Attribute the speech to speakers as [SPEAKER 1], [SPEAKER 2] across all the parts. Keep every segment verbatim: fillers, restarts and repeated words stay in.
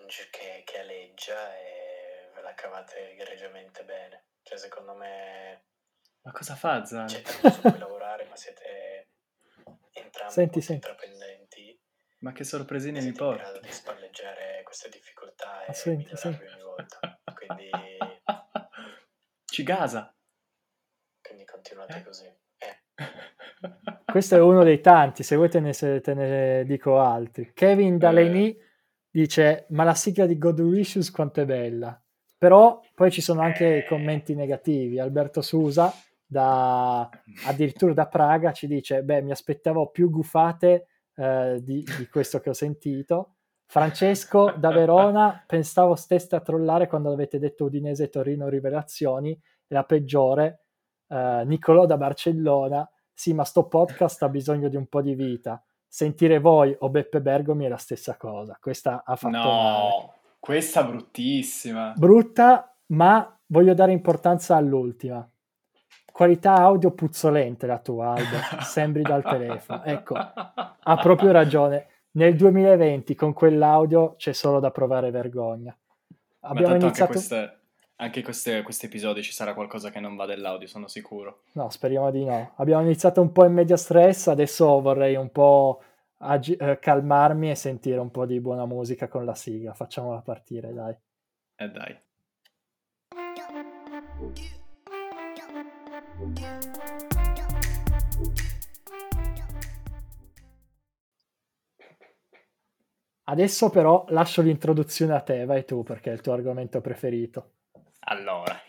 [SPEAKER 1] Woj che, che aleggia e ve la cavate egregiamente bene. Cioè, secondo me
[SPEAKER 2] Ma cosa fa Zan?
[SPEAKER 1] c'è tanto su cui lavorare, ma siete entrambi
[SPEAKER 3] Senti,
[SPEAKER 1] molto
[SPEAKER 3] senti.
[SPEAKER 1] intraprendenti
[SPEAKER 2] Ma che
[SPEAKER 1] e
[SPEAKER 2] sorpresine mi
[SPEAKER 1] siete in grado
[SPEAKER 2] porti?
[SPEAKER 1] di spalleggiare queste difficoltà
[SPEAKER 3] Ma
[SPEAKER 1] e
[SPEAKER 3] senti,
[SPEAKER 1] migliorarvi
[SPEAKER 3] senti.
[SPEAKER 1] ogni volta. Quindi,
[SPEAKER 2] Ci gasa.
[SPEAKER 1] quindi continuate
[SPEAKER 2] Eh?
[SPEAKER 1] così. Eh.
[SPEAKER 3] Questo è uno dei tanti, se vuoi te ne, se- te ne dico altri. Kevin Daleni dice, ma la sigla di Goduricious quanto è bella. Però poi ci sono anche
[SPEAKER 1] Eh.
[SPEAKER 3] commenti negativi. Alberto Susa, da, addirittura da Praga, ci dice, beh, mi aspettavo più gufate eh, di, di questo che ho sentito. Francesco da Verona, pensavo steste a trollare quando avete detto Udinese Torino rivelazioni, è la peggiore. Eh, Nicolò da Barcellona, sì, ma sto podcast ha bisogno di un po' di vita. Sentire voi o Beppe Bergomi è la stessa cosa. Questa ha fatto male.
[SPEAKER 2] No, questa bruttissima.
[SPEAKER 3] Brutta, ma voglio dare importanza all'ultima. Qualità audio puzzolente la tua, Albe. Sembri dal telefono. Ecco, ha proprio ragione. Nel duemilaventi con quell'audio c'è solo da provare vergogna.
[SPEAKER 2] Ma
[SPEAKER 3] Abbiamo
[SPEAKER 2] tanto anche
[SPEAKER 3] iniziato...
[SPEAKER 2] queste, anche queste, questi episodi ci sarà qualcosa che non va dell'audio, sono sicuro.
[SPEAKER 3] No, speriamo di no. Abbiamo iniziato un po' in media stress, adesso vorrei un po' agi- eh, calmarmi e sentire un po' di buona musica con la sigla. Facciamola partire, dai.
[SPEAKER 2] E eh dai.
[SPEAKER 3] Adesso però lascio l'introduzione a te, vai tu perché è il tuo argomento preferito.
[SPEAKER 2] Allora,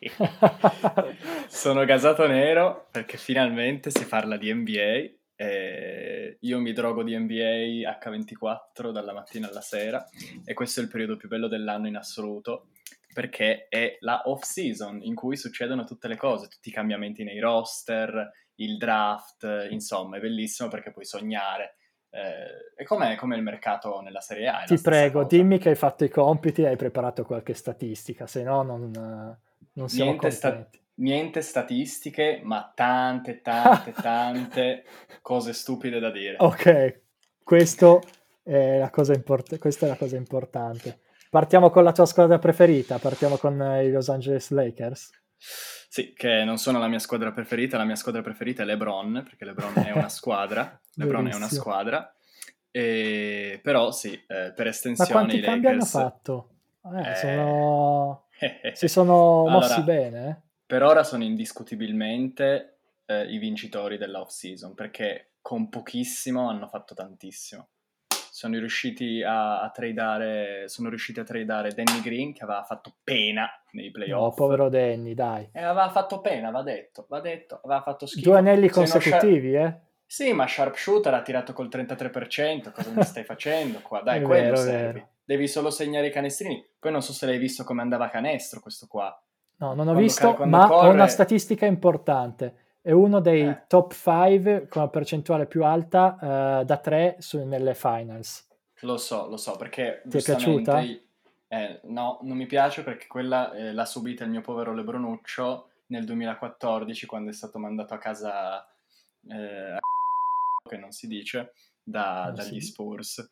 [SPEAKER 2] sono gasato nero perché finalmente si parla di N B A. E io mi drogo di N B A acca ventiquattro dalla mattina alla sera e questo è il periodo più bello dell'anno in assoluto perché è la off season in cui succedono tutte le cose, tutti i cambiamenti nei roster, il draft, insomma è bellissimo perché puoi sognare. Eh, e com'è, com'è il mercato nella Serie A? È la
[SPEAKER 3] Ti
[SPEAKER 2] stessa
[SPEAKER 3] prego,
[SPEAKER 2] cosa.
[SPEAKER 3] dimmi che hai fatto i compiti e hai preparato qualche statistica, se no non, non siamo
[SPEAKER 2] Niente, sta-
[SPEAKER 3] contenti.
[SPEAKER 2] niente statistiche, ma tante, tante, tante cose stupide da dire.
[SPEAKER 3] Ok, questo è la cosa import- questa è la cosa importante. Partiamo con la tua squadra preferita, partiamo con eh, i Los Angeles Lakers.
[SPEAKER 2] Sì, che non sono la mia squadra preferita, la mia squadra preferita è LeBron, perché LeBron è una squadra, LeBron è una
[SPEAKER 3] Verissimo.
[SPEAKER 2] squadra, e... però sì, eh, per
[SPEAKER 3] Ma
[SPEAKER 2] estensione
[SPEAKER 3] quanti
[SPEAKER 2] i
[SPEAKER 3] cambi hanno
[SPEAKER 2] Lakers...
[SPEAKER 3] fatto? Eh,
[SPEAKER 2] eh,
[SPEAKER 3] sono... Si sono mossi
[SPEAKER 2] Allora,
[SPEAKER 3] bene, eh?
[SPEAKER 2] per ora sono indiscutibilmente eh, i vincitori della off-season, perché con pochissimo hanno fatto tantissimo. Sono riusciti a, a tradare, sono riusciti a tradare Danny Green, che aveva fatto pena nei
[SPEAKER 3] No,
[SPEAKER 2] playoff.
[SPEAKER 3] povero Danny, dai.
[SPEAKER 2] E aveva fatto pena, va detto, va detto, aveva fatto schifo.
[SPEAKER 3] Due anelli
[SPEAKER 2] Sei uno sharp-
[SPEAKER 3] consecutivi, eh?
[SPEAKER 2] Sì, ma sharpshooter ha tirato col trentatré per cento, cosa mi stai facendo qua? Dai,
[SPEAKER 3] È
[SPEAKER 2] quello
[SPEAKER 3] vero, è
[SPEAKER 2] servi.
[SPEAKER 3] vero.
[SPEAKER 2] Devi solo segnare i canestrini. Poi non so se l'hai visto come andava a canestro questo qua.
[SPEAKER 3] No, non ho
[SPEAKER 2] Quando, ca-
[SPEAKER 3] visto,
[SPEAKER 2] quando
[SPEAKER 3] ma ho una
[SPEAKER 2] corre...
[SPEAKER 3] statistica importante. È uno dei
[SPEAKER 2] Eh,
[SPEAKER 3] top cinque con la percentuale più alta eh, da tre su- nelle finals.
[SPEAKER 2] lo so, lo so, perché
[SPEAKER 3] Ti è piaciuta?
[SPEAKER 2] giustamente... eh, no, non mi piace perché quella eh, l'ha subita il mio povero Lebronuccio nel duemilaquattordici quando è stato mandato a casa... eh, che non si dice, da,
[SPEAKER 3] Non
[SPEAKER 2] dagli
[SPEAKER 3] si...
[SPEAKER 2] Spurs.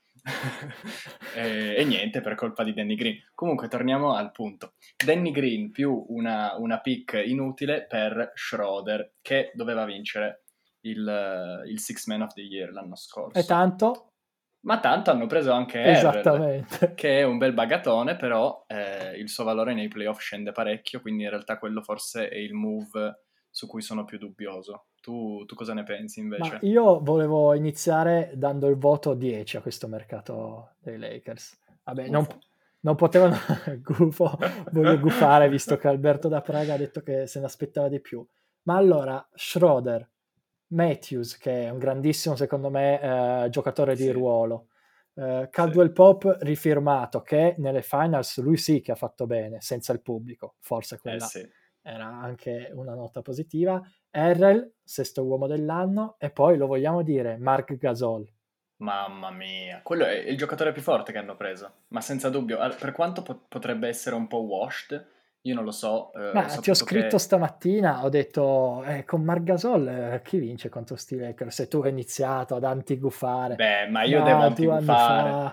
[SPEAKER 2] e, e niente, per colpa di Danny Green. Comunque, torniamo al punto. Danny Green più una, una pick inutile per Schroeder, che doveva vincere il, il Six Man of the Year l'anno
[SPEAKER 3] E
[SPEAKER 2] scorso.
[SPEAKER 3] tanto?
[SPEAKER 2] Ma tanto hanno preso anche Harrell,
[SPEAKER 3] Esattamente.
[SPEAKER 2] che è un bel bagatone, però eh, il suo valore nei playoff scende parecchio, quindi in realtà quello forse è il move su cui sono più dubbioso. Tu, tu cosa ne pensi
[SPEAKER 3] Ma
[SPEAKER 2] invece?
[SPEAKER 3] io volevo iniziare dando il voto dieci a questo mercato dei Lakers. Vabbè, non,
[SPEAKER 2] Gufo.
[SPEAKER 3] non potevano... Gufo, voglio gufare visto che Alberto da Praga ha detto che se ne aspettava di più. Ma allora, Schroeder, Matthews, che è un grandissimo, secondo me, eh, giocatore di
[SPEAKER 2] Sì,
[SPEAKER 3] ruolo, eh,
[SPEAKER 2] sì.
[SPEAKER 3] Caldwell Pope rifirmato, che nelle finals lui sì che ha fatto bene, senza il pubblico, forse
[SPEAKER 2] Eh
[SPEAKER 3] quella
[SPEAKER 2] sì.
[SPEAKER 3] era anche una nota positiva. Harrell, sesto uomo dell'anno, e poi lo vogliamo dire, Marc Gasol.
[SPEAKER 2] Mamma mia, quello è il giocatore più forte che hanno preso, ma senza dubbio. Al- Per quanto po- potrebbe essere un po' washed, io non lo so, eh, ho
[SPEAKER 3] Ma ti ho
[SPEAKER 2] saputo
[SPEAKER 3] scritto
[SPEAKER 2] che...
[SPEAKER 3] stamattina, ho detto, eh, con Marc Gasol eh, chi vince contro sti Lakers? Se tu hai iniziato ad antigufare,
[SPEAKER 2] Beh, ma io devo
[SPEAKER 3] ma due anni
[SPEAKER 2] antigufare.
[SPEAKER 3] fa...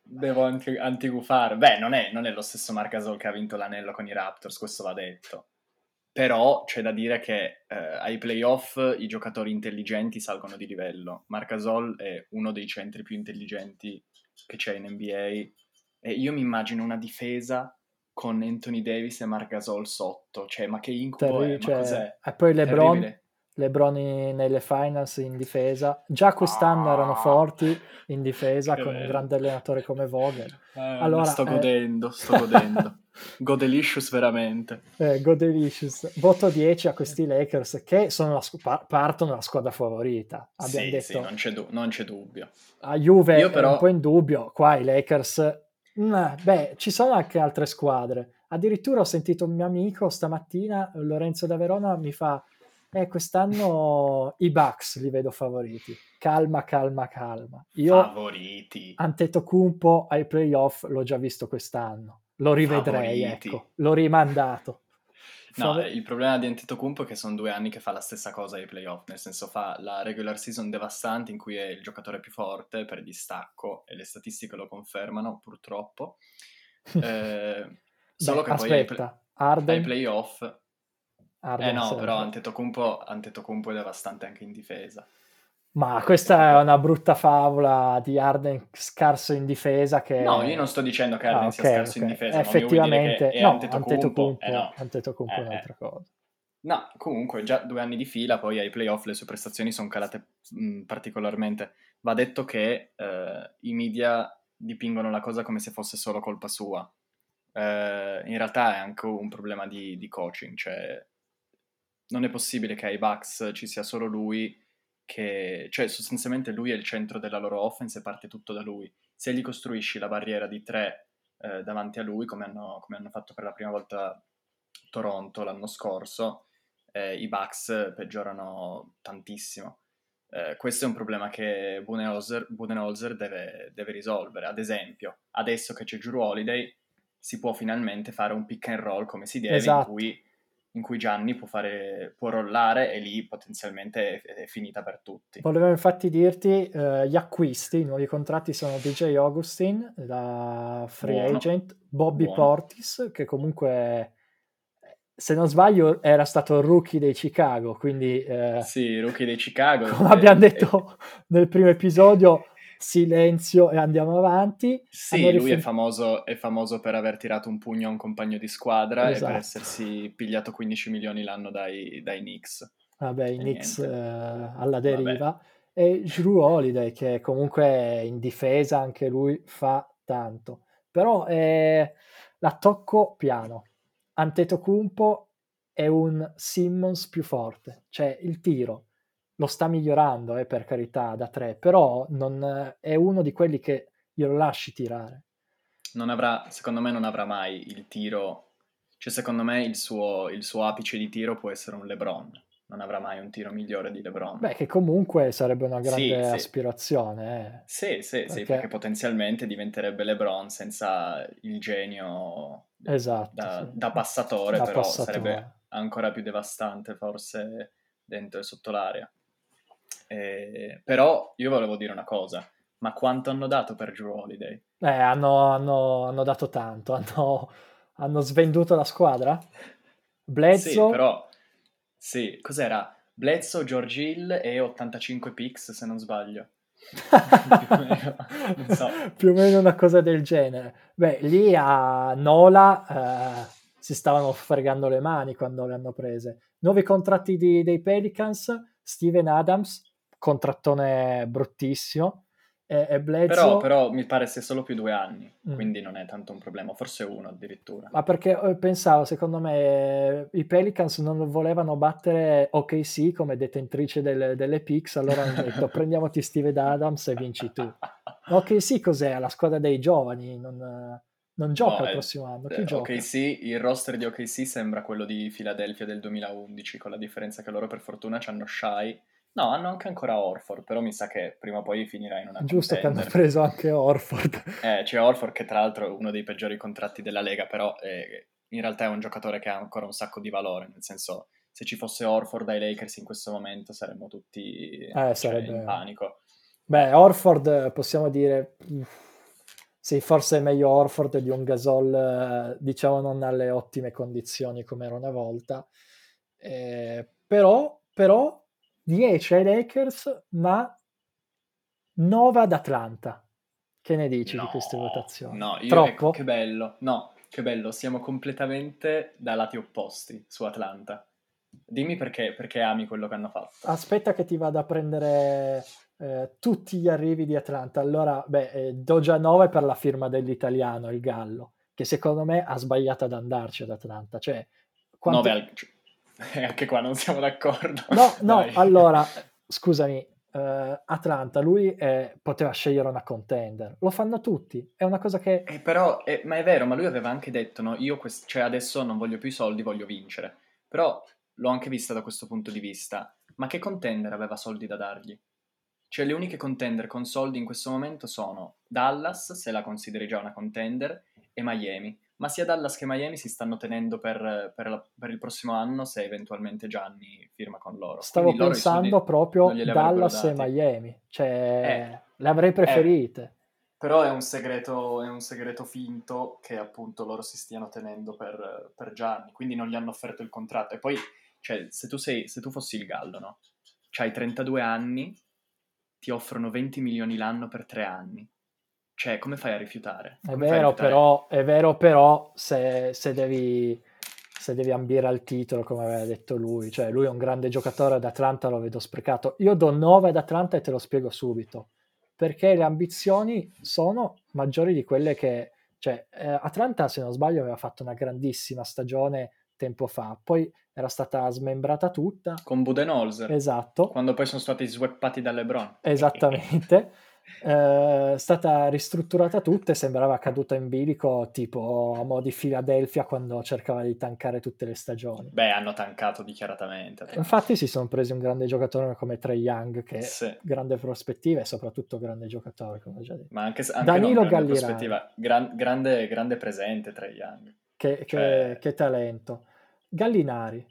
[SPEAKER 2] devo anche antigufare. Beh, non è, non è lo stesso Marc Gasol che ha vinto l'anello con i Raptors, questo va detto. Però c'è da dire che eh, ai playoff i giocatori intelligenti salgono di livello. Marc Gasol è uno dei centri più intelligenti che c'è in N B A e io mi immagino una difesa con Anthony Davis e Marc Gasol sotto. Cioè, ma che incubo
[SPEAKER 3] Terri-
[SPEAKER 2] è? Ma
[SPEAKER 3] cioè,
[SPEAKER 2] cos'è?
[SPEAKER 3] e poi LeBron,
[SPEAKER 2] Terribile.
[SPEAKER 3] LeBron in- nelle finals in difesa. Già quest'anno erano
[SPEAKER 2] Ah,
[SPEAKER 3] forti in difesa
[SPEAKER 2] che
[SPEAKER 3] con un
[SPEAKER 2] bello.
[SPEAKER 3] grande allenatore come Vogel.
[SPEAKER 2] Eh, lo
[SPEAKER 3] Allora,
[SPEAKER 2] sto
[SPEAKER 3] eh,
[SPEAKER 2] godendo, sto godendo. Godelicious veramente.
[SPEAKER 3] eh, Go Delicious. Voto dieci a questi Lakers che sono la squ- pa- partono la squadra favorita. Abbiamo
[SPEAKER 2] Sì, sì,
[SPEAKER 3] detto
[SPEAKER 2] non c'è, du- non c'è dubbio.
[SPEAKER 3] a Juve
[SPEAKER 2] Io
[SPEAKER 3] è un po'
[SPEAKER 2] però,
[SPEAKER 3] in dubbio, qua i Lakers, mm, beh, ci sono anche altre squadre. Addirittura ho sentito un mio amico stamattina, Lorenzo da Verona, mi fa, eh, quest'anno i Bucks li vedo favoriti. Calma, calma, calma. Io
[SPEAKER 2] favoriti,
[SPEAKER 3] Antetokounmpo ai playoff l'ho già visto quest'anno. Lo rivedrei,
[SPEAKER 2] favoriti.
[SPEAKER 3] ecco. L'ho rimandato.
[SPEAKER 2] No,
[SPEAKER 3] Fave-
[SPEAKER 2] il problema di Antetokounmpo è che sono due anni che fa la stessa cosa ai playoff, nel senso fa la regular season devastante in cui è il giocatore più forte per distacco e le statistiche lo confermano, purtroppo. Eh,
[SPEAKER 3] Beh,
[SPEAKER 2] solo che poi ai, pl-
[SPEAKER 3] aspetta,
[SPEAKER 2] ai
[SPEAKER 3] Arden,
[SPEAKER 2] playoff... Eh
[SPEAKER 3] Arden
[SPEAKER 2] no, però
[SPEAKER 3] serve.
[SPEAKER 2] Antetokounmpo, Antetokounmpo è devastante anche in difesa.
[SPEAKER 3] Ma
[SPEAKER 2] È, è
[SPEAKER 3] questa è
[SPEAKER 2] proprio...
[SPEAKER 3] una brutta favola di Harden scarso in difesa
[SPEAKER 2] No, io non
[SPEAKER 3] che...
[SPEAKER 2] sto dicendo che
[SPEAKER 3] Ah,
[SPEAKER 2] Harden sia
[SPEAKER 3] ok,
[SPEAKER 2] scarso in
[SPEAKER 3] ok.
[SPEAKER 2] difesa, ma mi vuoi dire che
[SPEAKER 3] Effettivamente,
[SPEAKER 2] è
[SPEAKER 3] no,
[SPEAKER 2] Antetokounmpo? Eh
[SPEAKER 3] Antetokounmpo,
[SPEAKER 2] no.
[SPEAKER 3] Antetokounmpo è
[SPEAKER 2] Eh, eh.
[SPEAKER 3] un'altra cosa.
[SPEAKER 2] No, comunque già due anni di fila, poi ai playoff le sue prestazioni sono calate mh, particolarmente. Va detto che eh, i media dipingono la cosa come se fosse solo colpa sua. Eh, in realtà è anche un problema di, di coaching, cioè non è possibile che ai Bucks ci sia solo lui che... Cioè sostanzialmente lui è il centro della loro offense e parte tutto da lui. Se gli costruisci la barriera di tre eh, davanti a lui, come hanno, come hanno fatto per la prima volta Toronto l'anno scorso, eh, i Bucks peggiorano tantissimo. Eh, questo è un problema che Budenholzer, Budenholzer deve, deve risolvere. Ad esempio, adesso che c'è Jrue Holiday, si può finalmente fare un pick and roll come si deve, in
[SPEAKER 3] Esatto.
[SPEAKER 2] cui, in cui Gianni può, fare, può rollare e lì potenzialmente è, è finita per tutti.
[SPEAKER 3] Volevo infatti dirti, eh, gli acquisti, i nuovi contratti sono D J Augustin, da free
[SPEAKER 2] Buono,
[SPEAKER 3] agent, Bobby
[SPEAKER 2] buono.
[SPEAKER 3] Portis, che comunque, se non sbaglio, era stato il rookie dei Chicago, quindi... eh,
[SPEAKER 2] Sì, rookie dei Chicago.
[SPEAKER 3] come abbiamo
[SPEAKER 2] eh, eh,
[SPEAKER 3] detto nel primo episodio, silenzio e andiamo avanti. Hanno
[SPEAKER 2] Sì, lui è
[SPEAKER 3] rifer-
[SPEAKER 2] famoso, è famoso per aver tirato un pugno a un compagno di squadra e per
[SPEAKER 3] esatto.
[SPEAKER 2] essersi pigliato quindici milioni l'anno dai, dai Knicks.
[SPEAKER 3] Vabbè, i
[SPEAKER 2] E
[SPEAKER 3] Knicks eh,
[SPEAKER 2] niente,
[SPEAKER 3] alla
[SPEAKER 2] vabbè.
[SPEAKER 3] deriva. E Jrue Holiday, che comunque in difesa anche lui fa tanto. Però eh, la tocco piano. Antetokounmpo è un Simmons più forte. Cioè, il tiro lo sta migliorando, eh, per carità, da tre, però non, è uno di quelli che glielo lasci tirare.
[SPEAKER 2] Non avrà, secondo me non avrà mai il tiro, cioè secondo me il suo, il suo apice di tiro può essere un LeBron, non avrà mai un tiro migliore di LeBron.
[SPEAKER 3] Beh, che comunque sarebbe una
[SPEAKER 2] Sì,
[SPEAKER 3] grande
[SPEAKER 2] sì,
[SPEAKER 3] aspirazione, eh,
[SPEAKER 2] sì, sì, sì, perché
[SPEAKER 3] perché
[SPEAKER 2] potenzialmente diventerebbe LeBron senza il genio
[SPEAKER 3] esatto, sì,
[SPEAKER 2] da, da passatore,
[SPEAKER 3] da
[SPEAKER 2] però
[SPEAKER 3] passatore.
[SPEAKER 2] sarebbe ancora più devastante forse dentro e sotto l'area. Eh, però io volevo dire una cosa, ma quanto hanno dato per Jrue Holiday?
[SPEAKER 3] Eh, hanno, hanno- hanno dato tanto, hanno, hanno svenduto la squadra.
[SPEAKER 2] Sì,
[SPEAKER 3] Bledsoe,
[SPEAKER 2] però, sì, cos'era? Bledsoe, George Hill e ottantacinque picks, se non sbaglio. Più o meno, non so.
[SPEAKER 3] più o meno una cosa del genere. Beh, lì a Nola eh, si stavano fregando le mani quando le hanno prese. Nuovi contratti di- dei Pelicans, Steven Adams, contrattone bruttissimo, e, e
[SPEAKER 2] Però,
[SPEAKER 3] Bledsoe.
[SPEAKER 2] però mi pare sia solo più due anni,
[SPEAKER 3] Mm.
[SPEAKER 2] quindi non è tanto un problema, forse uno addirittura.
[SPEAKER 3] Ma perché eh, pensavo, secondo me, i Pelicans non volevano battere O K C come detentrice delle, delle picks, allora hanno detto prendiamoti Steven Adams e vinci tu. Ma O K C cos'è? La squadra dei giovani, non, non gioca
[SPEAKER 2] Boh,
[SPEAKER 3] il
[SPEAKER 2] eh,
[SPEAKER 3] prossimo anno. Chi
[SPEAKER 2] eh,
[SPEAKER 3] gioca?
[SPEAKER 2] O K C, il roster di O K C sembra quello di Philadelphia del duemilaundici, con la differenza che loro per fortuna hanno Shai. No, hanno anche ancora Horford, però mi sa che prima o poi finirà in una
[SPEAKER 3] Giusto che hanno
[SPEAKER 2] contender.
[SPEAKER 3] preso anche Orford.
[SPEAKER 2] Eh, c'è Horford che tra l'altro è uno dei peggiori contratti della Lega, però eh, in realtà è un giocatore che ha ancora un sacco di valore, nel senso se ci fosse Horford ai Lakers in questo momento saremmo tutti
[SPEAKER 3] Eh,
[SPEAKER 2] cioè, in
[SPEAKER 3] sarebbe...
[SPEAKER 2] panico.
[SPEAKER 3] Beh,
[SPEAKER 2] Eh,
[SPEAKER 3] Orford possiamo dire... Sì, forse è meglio Horford di un Gasol, eh, diciamo non alle ottime condizioni come era una volta. Eh, però, però dieci ai Lakers, ma nove ad Atlanta. Che ne dici di queste
[SPEAKER 2] No,
[SPEAKER 3] votazioni?
[SPEAKER 2] no, io ecco che
[SPEAKER 3] Troppo?
[SPEAKER 2] bello. No, che bello, siamo completamente da lati opposti su Atlanta. Dimmi perché, perché ami quello che hanno fatto.
[SPEAKER 3] Aspetta che ti vado a prendere eh, tutti gli arrivi di Atlanta. Allora, beh, eh, do già nove per la firma dell'italiano, il Gallo, che secondo me ha sbagliato ad andarci ad Atlanta. Cioè,
[SPEAKER 2] nove
[SPEAKER 3] quante...
[SPEAKER 2] al... cioè, anche qua non siamo d'accordo.
[SPEAKER 3] No, no,
[SPEAKER 2] Dai.
[SPEAKER 3] allora, scusami, eh, Atlanta, lui eh, poteva scegliere una contender. Lo fanno tutti. È una cosa che...
[SPEAKER 2] Eh, però, eh, ma è vero, ma lui aveva anche detto, no, io quest- cioè adesso non voglio più i soldi, voglio vincere. Però l'ho anche vista da questo punto di vista. Ma che contender aveva soldi da dargli? Cioè le uniche contender con soldi in questo momento sono Dallas, se la consideri già una contender, e Miami. Ma sia Dallas che Miami si stanno tenendo per, per la- per il prossimo anno se eventualmente Gianni firma con loro.
[SPEAKER 3] Stavo
[SPEAKER 2] Quindi loro i
[SPEAKER 3] pensando
[SPEAKER 2] soldi non
[SPEAKER 3] proprio
[SPEAKER 2] glieli avrebbero
[SPEAKER 3] Dallas e
[SPEAKER 2] dati.
[SPEAKER 3] Miami,
[SPEAKER 2] Eh,
[SPEAKER 3] cioè le avrei
[SPEAKER 2] eh,
[SPEAKER 3] preferite.
[SPEAKER 2] però è un segreto, è un segreto finto che appunto loro si stiano tenendo per, per Gianni, quindi non gli hanno offerto il contratto. E poi, cioè, se tu, sei, se tu fossi il Gallo, no? C'hai trentadue anni, ti offrono venti milioni l'anno per tre anni. Cioè, come fai a rifiutare?
[SPEAKER 3] È
[SPEAKER 2] Come fai a
[SPEAKER 3] vero,
[SPEAKER 2] rifiutare?
[SPEAKER 3] però, è vero, però se, se devi, se devi ambire al titolo, come aveva detto lui, cioè lui è un grande giocatore, ad Atlanta lo vedo sprecato. Io do nove ad Atlanta e te lo spiego subito, perché le ambizioni sono maggiori di quelle che... Cioè, eh, Atlanta, se non sbaglio, aveva fatto una grandissima stagione tempo fa, poi era stata smembrata tutta.
[SPEAKER 2] Con Budenholzer,
[SPEAKER 3] Esatto,
[SPEAKER 2] quando poi sono stati sweppati da LeBron.
[SPEAKER 3] esattamente. Eh, è stata ristrutturata tutta e sembrava caduta in bilico tipo a mo' di Philadelphia quando cercava di tankare tutte le stagioni.
[SPEAKER 2] Beh, hanno tancato dichiaratamente
[SPEAKER 3] E
[SPEAKER 2] Atlanta.
[SPEAKER 3] infatti si sono presi un grande giocatore come Trae Young, che
[SPEAKER 2] Sì,
[SPEAKER 3] grande prospettiva e soprattutto grande giocatore, come ho già detto.
[SPEAKER 2] ma anche, anche non
[SPEAKER 3] Danilo
[SPEAKER 2] grande
[SPEAKER 3] Gallinari,
[SPEAKER 2] prospettiva, gran- grande, grande presente Trae Young.
[SPEAKER 3] che, che-
[SPEAKER 2] Cioè,
[SPEAKER 3] che talento. Gallinari,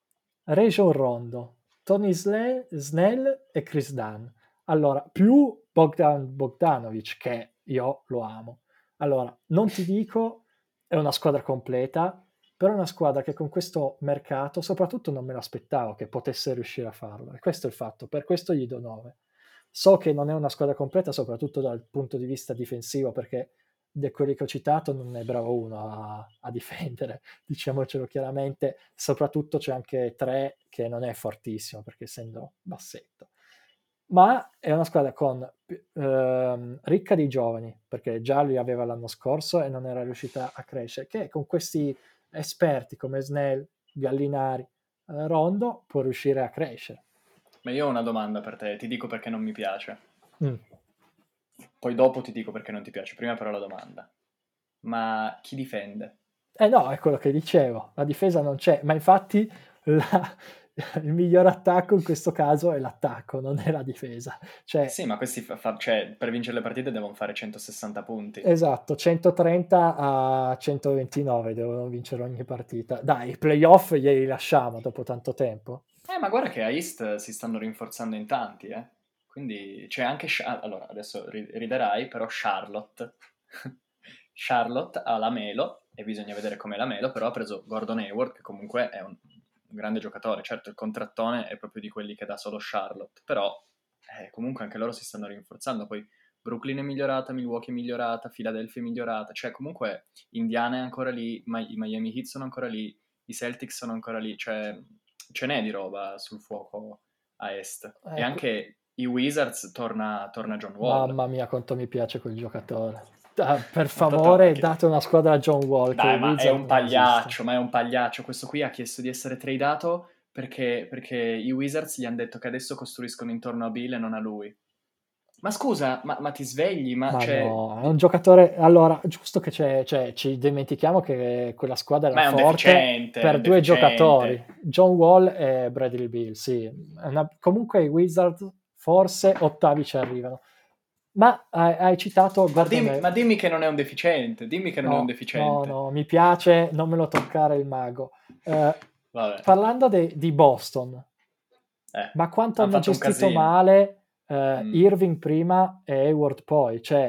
[SPEAKER 3] Rajon Rondo, Tony Sle- Snell e Chris Dunn. Allora, più Bogdan Bogdanovic, che io lo amo. Allora, non ti dico, è una squadra completa, però è una squadra che con questo mercato, soprattutto non me lo aspettavo che potesse riuscire a farlo. E questo è il fatto, per questo gli do nove. So che non è una squadra completa, soprattutto dal punto di vista difensivo, perché di quelli che ho citato non è bravo uno a, a difendere, diciamocelo chiaramente. Soprattutto c'è anche tre che non è fortissimo, perché essendo bassetto. Ma è una squadra con, ehm, ricca di giovani, perché già li aveva l'anno scorso e non era riuscita a crescere, che con questi esperti come Snell, Gallinari, eh, Rondo può riuscire a crescere.
[SPEAKER 2] ma io ho una domanda per te, ti dico perché non mi piace.
[SPEAKER 3] Mm.
[SPEAKER 2] Poi dopo ti dico perché non ti piace. Prima però la domanda. Ma chi difende?
[SPEAKER 3] Eh no, è quello che dicevo, la difesa non c'è, ma infatti la- il miglior attacco in questo caso è l'attacco, non è la difesa. Cioè,
[SPEAKER 2] Sì, ma questi fa- fa- cioè, per vincere le partite devono fare centosessanta punti.
[SPEAKER 3] esatto, centotrenta a centoventinove devono vincere ogni partita. Dai, i playoff glieli lasciamo dopo tanto tempo.
[SPEAKER 2] Eh, ma guarda che a East si stanno rinforzando in tanti, eh. Quindi c'è anche... Sha- allora, adesso ri- riderai, però Charlotte... Charlotte ha la Melo, e bisogna vedere com'è la Melo, però ha preso Gordon Hayward, che comunque è un, un grande giocatore. Certo, il contrattone è proprio di quelli che dà solo Charlotte, però eh, comunque anche loro si stanno rinforzando. Poi Brooklyn è migliorata, Milwaukee è migliorata, Philadelphia è migliorata. Cioè, comunque Indiana è ancora lì, Ma- i Miami Heat sono ancora lì, i Celtics sono ancora lì. Cioè, ce n'è di roba sul fuoco a est. E
[SPEAKER 3] Ecco,
[SPEAKER 2] anche i Wizards torna, torna John Wall.
[SPEAKER 3] mamma mia, quanto mi piace quel giocatore. Ah, per
[SPEAKER 2] Ma tanto,
[SPEAKER 3] favore,
[SPEAKER 2] che-
[SPEAKER 3] date una squadra a John Wall, che i
[SPEAKER 2] dai, ma è
[SPEAKER 3] Wizard
[SPEAKER 2] un
[SPEAKER 3] non esistono.
[SPEAKER 2] pagliaccio, ma è un pagliaccio. Questo qui ha chiesto di essere tradato perché, perché i Wizards gli hanno detto che adesso costruiscono intorno a Bill e non a lui. Ma scusa, ma, ma ti svegli? Ma,
[SPEAKER 3] Ma
[SPEAKER 2] cioè,
[SPEAKER 3] no, è un
[SPEAKER 2] di-
[SPEAKER 3] giocatore. Allora, giusto che c'è, cioè, ci dimentichiamo che quella squadra era
[SPEAKER 2] ma è un
[SPEAKER 3] forte
[SPEAKER 2] deficiente, è
[SPEAKER 3] per
[SPEAKER 2] un
[SPEAKER 3] due giocatori,
[SPEAKER 2] deficiente.
[SPEAKER 3] John Wall e Bradley Beal. Sì, È una- comunque i Wizards forse ottavi ci arrivano. Ma hai, hai citato
[SPEAKER 2] Ma
[SPEAKER 3] Gordon
[SPEAKER 2] dimmi, ma
[SPEAKER 3] Hayward.
[SPEAKER 2] dimmi che non è un deficiente, dimmi che non è un
[SPEAKER 3] No, no,
[SPEAKER 2] deficiente.
[SPEAKER 3] no, mi piace, non me lo toccare il mago. Eh,
[SPEAKER 2] Vabbè,
[SPEAKER 3] parlando de- di Boston,
[SPEAKER 2] eh,
[SPEAKER 3] ma quanto
[SPEAKER 2] hanno
[SPEAKER 3] hanno
[SPEAKER 2] fatto un
[SPEAKER 3] gestito
[SPEAKER 2] casino.
[SPEAKER 3] male eh,
[SPEAKER 2] Mm.
[SPEAKER 3] Irving prima e Hayward poi? Cioè,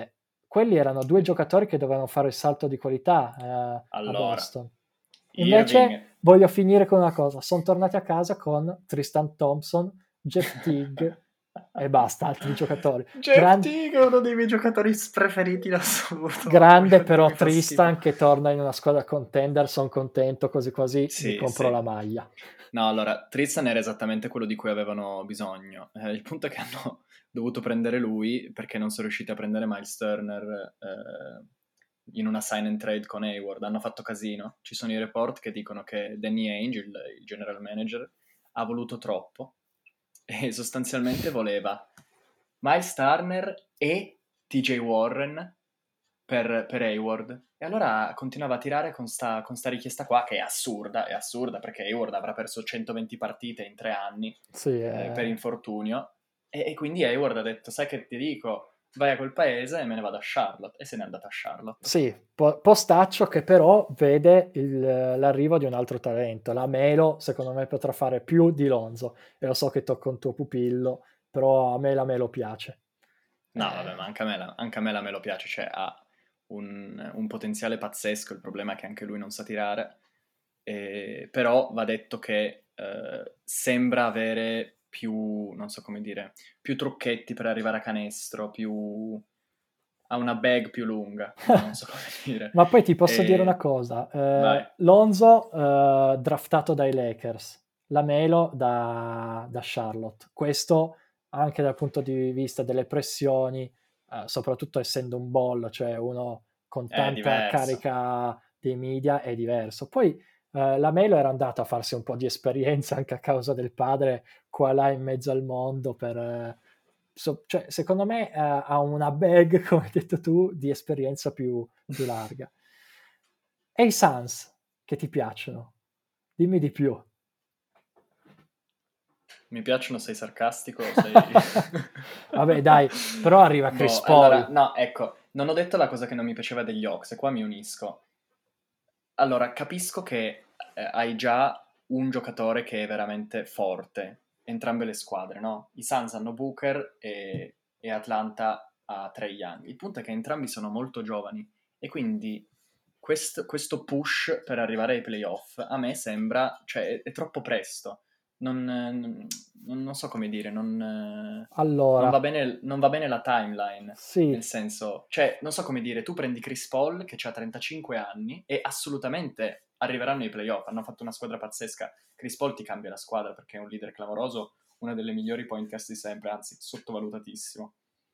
[SPEAKER 3] quelli erano due giocatori che dovevano fare il salto di qualità eh, a
[SPEAKER 2] Allora,
[SPEAKER 3] Boston. Invece
[SPEAKER 2] Irving,
[SPEAKER 3] voglio finire con una cosa, sono tornati a casa con Tristan Thompson, Jeff Teague e basta, altri giocatori.
[SPEAKER 2] Jeff
[SPEAKER 3] Gran-
[SPEAKER 2] Teague è uno dei miei giocatori preferiti in assoluto.
[SPEAKER 3] grande
[SPEAKER 2] Mi fa-
[SPEAKER 3] però
[SPEAKER 2] mi fa
[SPEAKER 3] Tristan
[SPEAKER 2] schifo.
[SPEAKER 3] che torna in una squadra contender, sono contento, così così mi
[SPEAKER 2] Sì,
[SPEAKER 3] compro
[SPEAKER 2] sì.
[SPEAKER 3] la maglia.
[SPEAKER 2] No, allora, Tristan era esattamente quello di cui avevano bisogno. Eh, il punto è che hanno dovuto prendere lui perché non sono riusciti a prendere Miles Turner eh, in una sign and trade con Hayward. Hanno fatto casino. Ci sono i report che dicono che Danny Ainge, il, il general manager, ha voluto troppo e sostanzialmente voleva Miles Turner e T J Warren per, per Hayward. E allora continuava a tirare con sta, con sta richiesta qua, che è assurda, è assurda, perché Hayward avrà perso centoventi partite in tre anni
[SPEAKER 3] Sì,
[SPEAKER 2] eh,
[SPEAKER 3] eh,
[SPEAKER 2] per infortunio, e, e quindi Hayward ha detto, sai che ti dico, vai a quel paese e me ne vado a Charlotte, e se n'è andato a Charlotte.
[SPEAKER 3] sì, po- postaccio che però vede il- l'arrivo di un altro talento. La Melo, secondo me, potrà fare più di Lonzo. E lo so che tocca un tuo pupillo, però a me la Melo piace.
[SPEAKER 2] No,
[SPEAKER 3] Eh,
[SPEAKER 2] vabbè, ma anche a me, la- anche a me la Melo piace, cioè ha un, un potenziale pazzesco, il problema è che anche lui non sa tirare, e- però va detto che eh, sembra avere più, non so come dire, più trucchetti per arrivare a canestro, più... ha una bag più lunga, no, non so come dire.
[SPEAKER 3] Ma poi ti posso dire una
[SPEAKER 2] E...
[SPEAKER 3] cosa,
[SPEAKER 2] Vai.
[SPEAKER 3] eh, Lonzo eh, draftato dai Lakers, la Melo da, da Charlotte, questo anche dal punto di vista delle pressioni, eh, soprattutto essendo un ball, cioè uno con
[SPEAKER 2] È
[SPEAKER 3] tanta
[SPEAKER 2] diverso.
[SPEAKER 3] carica dei media, è diverso. Poi eh, la Melo era andata a farsi un po' di esperienza anche a causa del padre qua là in mezzo al mondo per... eh, so- cioè, secondo me eh, ha una bag, come hai detto tu, di esperienza più, più larga. E i Suns che ti piacciono? Dimmi di più.
[SPEAKER 2] Mi piacciono, sei sarcastico, sei...
[SPEAKER 3] Vabbè, dai, però arriva Chris
[SPEAKER 2] Boh,
[SPEAKER 3] Paul.
[SPEAKER 2] allora, no, ecco, non ho detto la cosa che non mi piaceva degli Hawks, e qua mi unisco. Allora, capisco che eh, hai già un giocatore che è veramente forte, entrambe le squadre, no? I Suns hanno Booker e, e Atlanta ha Trae Young. Il punto è che entrambi sono molto giovani e quindi quest- questo push per arrivare ai playoff a me sembra, cioè, è, è troppo presto. Non, non- non so come dire, non, eh, non va
[SPEAKER 3] Allora,
[SPEAKER 2] bene, non va bene la timeline.
[SPEAKER 3] sì,
[SPEAKER 2] Nel senso, cioè, non so come dire, tu prendi Chris Paul che ha trentacinque anni e assolutamente arriveranno ai playoff, hanno fatto una squadra pazzesca. Chris Paul ti cambia la squadra perché è un leader clamoroso, una delle migliori point guard di sempre, anzi, sottovalutatissimo.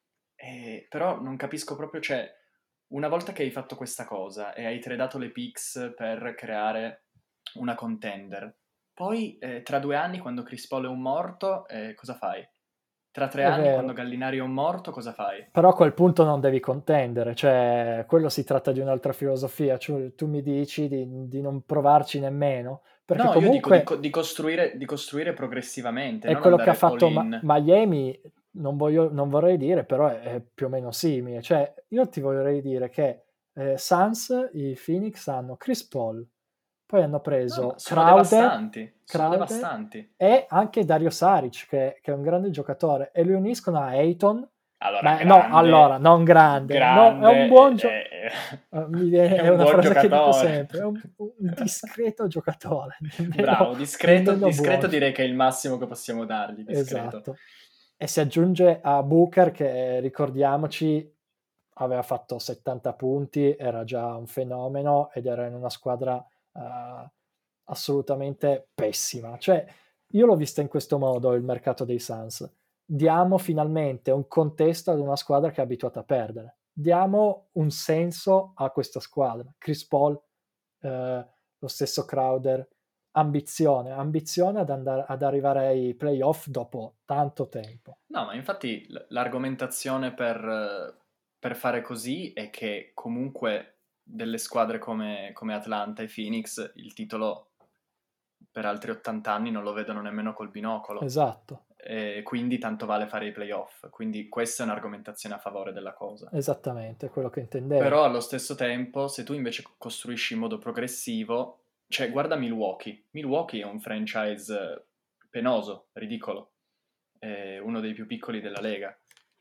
[SPEAKER 2] E, però non capisco proprio, cioè, una volta che hai fatto questa cosa e hai tradato le picks per creare una contender, poi eh, tra due anni, quando Chris Paul è un morto, eh, cosa fai? Tra tre
[SPEAKER 3] è
[SPEAKER 2] anni, quando
[SPEAKER 3] vero.
[SPEAKER 2] Gallinari è un morto, cosa fai?
[SPEAKER 3] Però a quel punto non devi contendere, cioè quello si tratta di un'altra filosofia, cioè, tu mi dici di, di non provarci nemmeno, perché
[SPEAKER 2] No, io dico di, co-
[SPEAKER 3] comunque
[SPEAKER 2] di costruire, di costruire progressivamente,
[SPEAKER 3] è
[SPEAKER 2] non
[SPEAKER 3] quello che ha
[SPEAKER 2] andare all
[SPEAKER 3] fatto Ma-
[SPEAKER 2] in.
[SPEAKER 3] Miami, non, voglio- non vorrei dire, però è, è più o meno simile. Cioè, io ti vorrei dire che eh, Suns, i Phoenix, hanno Chris Paul, poi hanno
[SPEAKER 2] No, ma
[SPEAKER 3] preso
[SPEAKER 2] sono
[SPEAKER 3] Crowder,
[SPEAKER 2] devastanti, sono
[SPEAKER 3] Crowder
[SPEAKER 2] devastanti.
[SPEAKER 3] e anche Dario Saric, che, che è un grande giocatore, e li uniscono a Ayton.
[SPEAKER 2] Allora,
[SPEAKER 3] Ma no, allora,
[SPEAKER 2] grande,
[SPEAKER 3] non grande, no, è un
[SPEAKER 2] grande,
[SPEAKER 3] buon
[SPEAKER 2] è,
[SPEAKER 3] gioco.
[SPEAKER 2] è-
[SPEAKER 3] Mi viene-
[SPEAKER 2] è
[SPEAKER 3] è
[SPEAKER 2] un
[SPEAKER 3] una
[SPEAKER 2] buon
[SPEAKER 3] frase che dico
[SPEAKER 2] giocatore.
[SPEAKER 3] sempre, è un, un discreto giocatore, nemmeno,
[SPEAKER 2] Bravo, discreto,
[SPEAKER 3] nemmeno
[SPEAKER 2] discreto
[SPEAKER 3] buono.
[SPEAKER 2] direi che è il massimo che possiamo dargli, discreto.
[SPEAKER 3] Esatto. E si aggiunge a Booker che, ricordiamoci, aveva fatto settanta punti, era già un fenomeno ed era in una squadra eh, assolutamente pessima. Cioè, io l'ho vista in questo modo il mercato dei Suns. Diamo finalmente un contesto ad una squadra che è abituata a perdere. Diamo un senso a questa squadra. Chris Paul, eh, lo stesso Crowder, ambizione, ambizione ad, andare, ad arrivare ai playoff dopo tanto tempo.
[SPEAKER 2] No, ma infatti l- l'argomentazione per, eh, per fare così è che comunque delle squadre come, come Atlanta e Phoenix il titolo per altri ottanta anni non lo vedono nemmeno col binocolo.
[SPEAKER 3] Esatto,
[SPEAKER 2] E quindi tanto vale fare i playoff. Quindi questa è un'argomentazione a favore della cosa.
[SPEAKER 3] esattamente, è quello che intendevo.
[SPEAKER 2] Però allo stesso tempo, se tu invece costruisci in modo progressivo, cioè guarda Milwaukee. Milwaukee è un franchise eh, penoso, ridicolo, è uno dei più piccoli della Lega.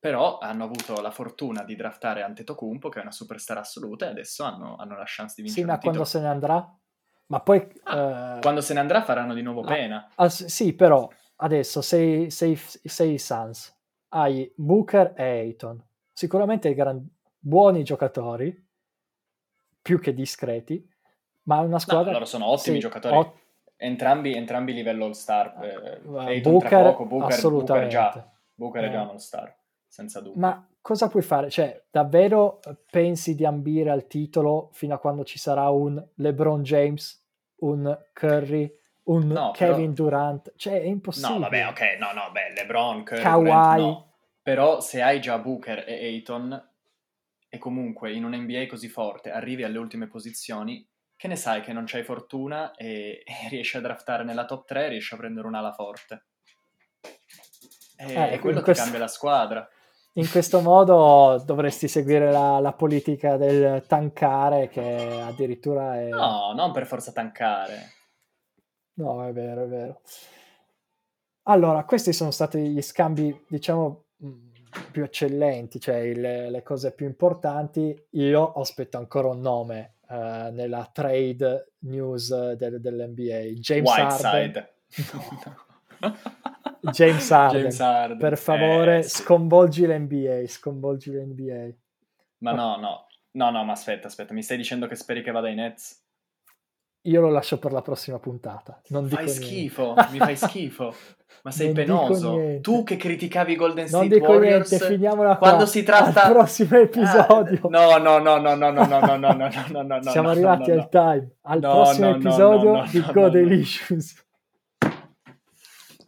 [SPEAKER 2] Però hanno avuto la fortuna di draftare Antetokounmpo, che è una superstar assoluta, e adesso hanno, hanno la chance di
[SPEAKER 3] Sì,
[SPEAKER 2] vincere
[SPEAKER 3] ma
[SPEAKER 2] un titolo.
[SPEAKER 3] quando se ne andrà? Ma poi...
[SPEAKER 2] Ah,
[SPEAKER 3] eh,
[SPEAKER 2] quando se ne andrà faranno di nuovo
[SPEAKER 3] la-
[SPEAKER 2] pena.
[SPEAKER 3] ah, s- sì, però adesso sei, sei, sei i Suns, hai Booker e Ayton, sicuramente gran- buoni giocatori, più che discreti, ma è una
[SPEAKER 2] No,
[SPEAKER 3] squadra...
[SPEAKER 2] loro sono ottimi
[SPEAKER 3] sì,
[SPEAKER 2] giocatori,
[SPEAKER 3] ot-
[SPEAKER 2] entrambi, entrambi livello all-star. Eh,
[SPEAKER 3] eh,
[SPEAKER 2] Ayton tra
[SPEAKER 3] Booker,
[SPEAKER 2] poco, Booker, Booker già,
[SPEAKER 3] assolutamente.
[SPEAKER 2] Booker è già
[SPEAKER 3] Eh,
[SPEAKER 2] un all-star, senza dubbio.
[SPEAKER 3] Ma cosa puoi fare? Cioè, davvero pensi di ambire al titolo fino a quando ci sarà un LeBron James, un Curry, un
[SPEAKER 2] No,
[SPEAKER 3] Kevin
[SPEAKER 2] però...
[SPEAKER 3] Durant? Cioè, è
[SPEAKER 2] No,
[SPEAKER 3] impossibile.
[SPEAKER 2] vabbè, ok, no, no, beh, LeBron, Curry,
[SPEAKER 3] Kawhi.
[SPEAKER 2] Durant, no. Però se hai già Booker e Ayton, e comunque in un N B A così forte arrivi alle ultime posizioni, che ne sai che non c'hai fortuna e, e riesci a draftare nella top tre, riesci a prendere un'ala forte. E,
[SPEAKER 3] Eh,
[SPEAKER 2] e quello
[SPEAKER 3] in
[SPEAKER 2] ti
[SPEAKER 3] questo-
[SPEAKER 2] cambia la squadra.
[SPEAKER 3] In questo modo dovresti seguire la, la politica del tankare, che addirittura è...
[SPEAKER 2] No, non per forza tankare.
[SPEAKER 3] No, è vero, è vero. Allora, questi sono stati gli scambi, diciamo, mh, più eccellenti, cioè il- le cose più importanti. Io aspetto ancora un nome eh, nella trade news del- dell'N B A. James Harden.
[SPEAKER 2] Whiteside.
[SPEAKER 3] No. James Harden.
[SPEAKER 2] James Harden.
[SPEAKER 3] Per favore,
[SPEAKER 2] Eh, sì.
[SPEAKER 3] sconvolgi l'N B A, sconvolgi l'N B A.
[SPEAKER 2] Ma
[SPEAKER 3] Ma
[SPEAKER 2] no, no. No, no, ma aspetta, aspetta. Mi stai dicendo che speri che vada ai Nets?
[SPEAKER 3] io lo lascio per la prossima puntata. Non
[SPEAKER 2] Fai
[SPEAKER 3] dico
[SPEAKER 2] schifo,
[SPEAKER 3] niente.
[SPEAKER 2] mi fai schifo. Ma sei
[SPEAKER 3] Non
[SPEAKER 2] penoso.
[SPEAKER 3] dico niente.
[SPEAKER 2] Tu che criticavi i Golden
[SPEAKER 3] Non
[SPEAKER 2] State
[SPEAKER 3] dico
[SPEAKER 2] Warriors,
[SPEAKER 3] niente, finiamola
[SPEAKER 2] quando
[SPEAKER 3] qua.
[SPEAKER 2] si tratta...
[SPEAKER 3] Al prossimo episodio.
[SPEAKER 2] Ah, no, no, no, no, no, no, no, no, no, no, no, no, no,
[SPEAKER 3] Siamo
[SPEAKER 2] no,
[SPEAKER 3] arrivati
[SPEAKER 2] no,
[SPEAKER 3] al
[SPEAKER 2] no.
[SPEAKER 3] time. Al
[SPEAKER 2] No,
[SPEAKER 3] prossimo
[SPEAKER 2] no, no,
[SPEAKER 3] episodio
[SPEAKER 2] no, no,
[SPEAKER 3] di
[SPEAKER 2] no,
[SPEAKER 3] Go
[SPEAKER 2] no.
[SPEAKER 3] Delicious.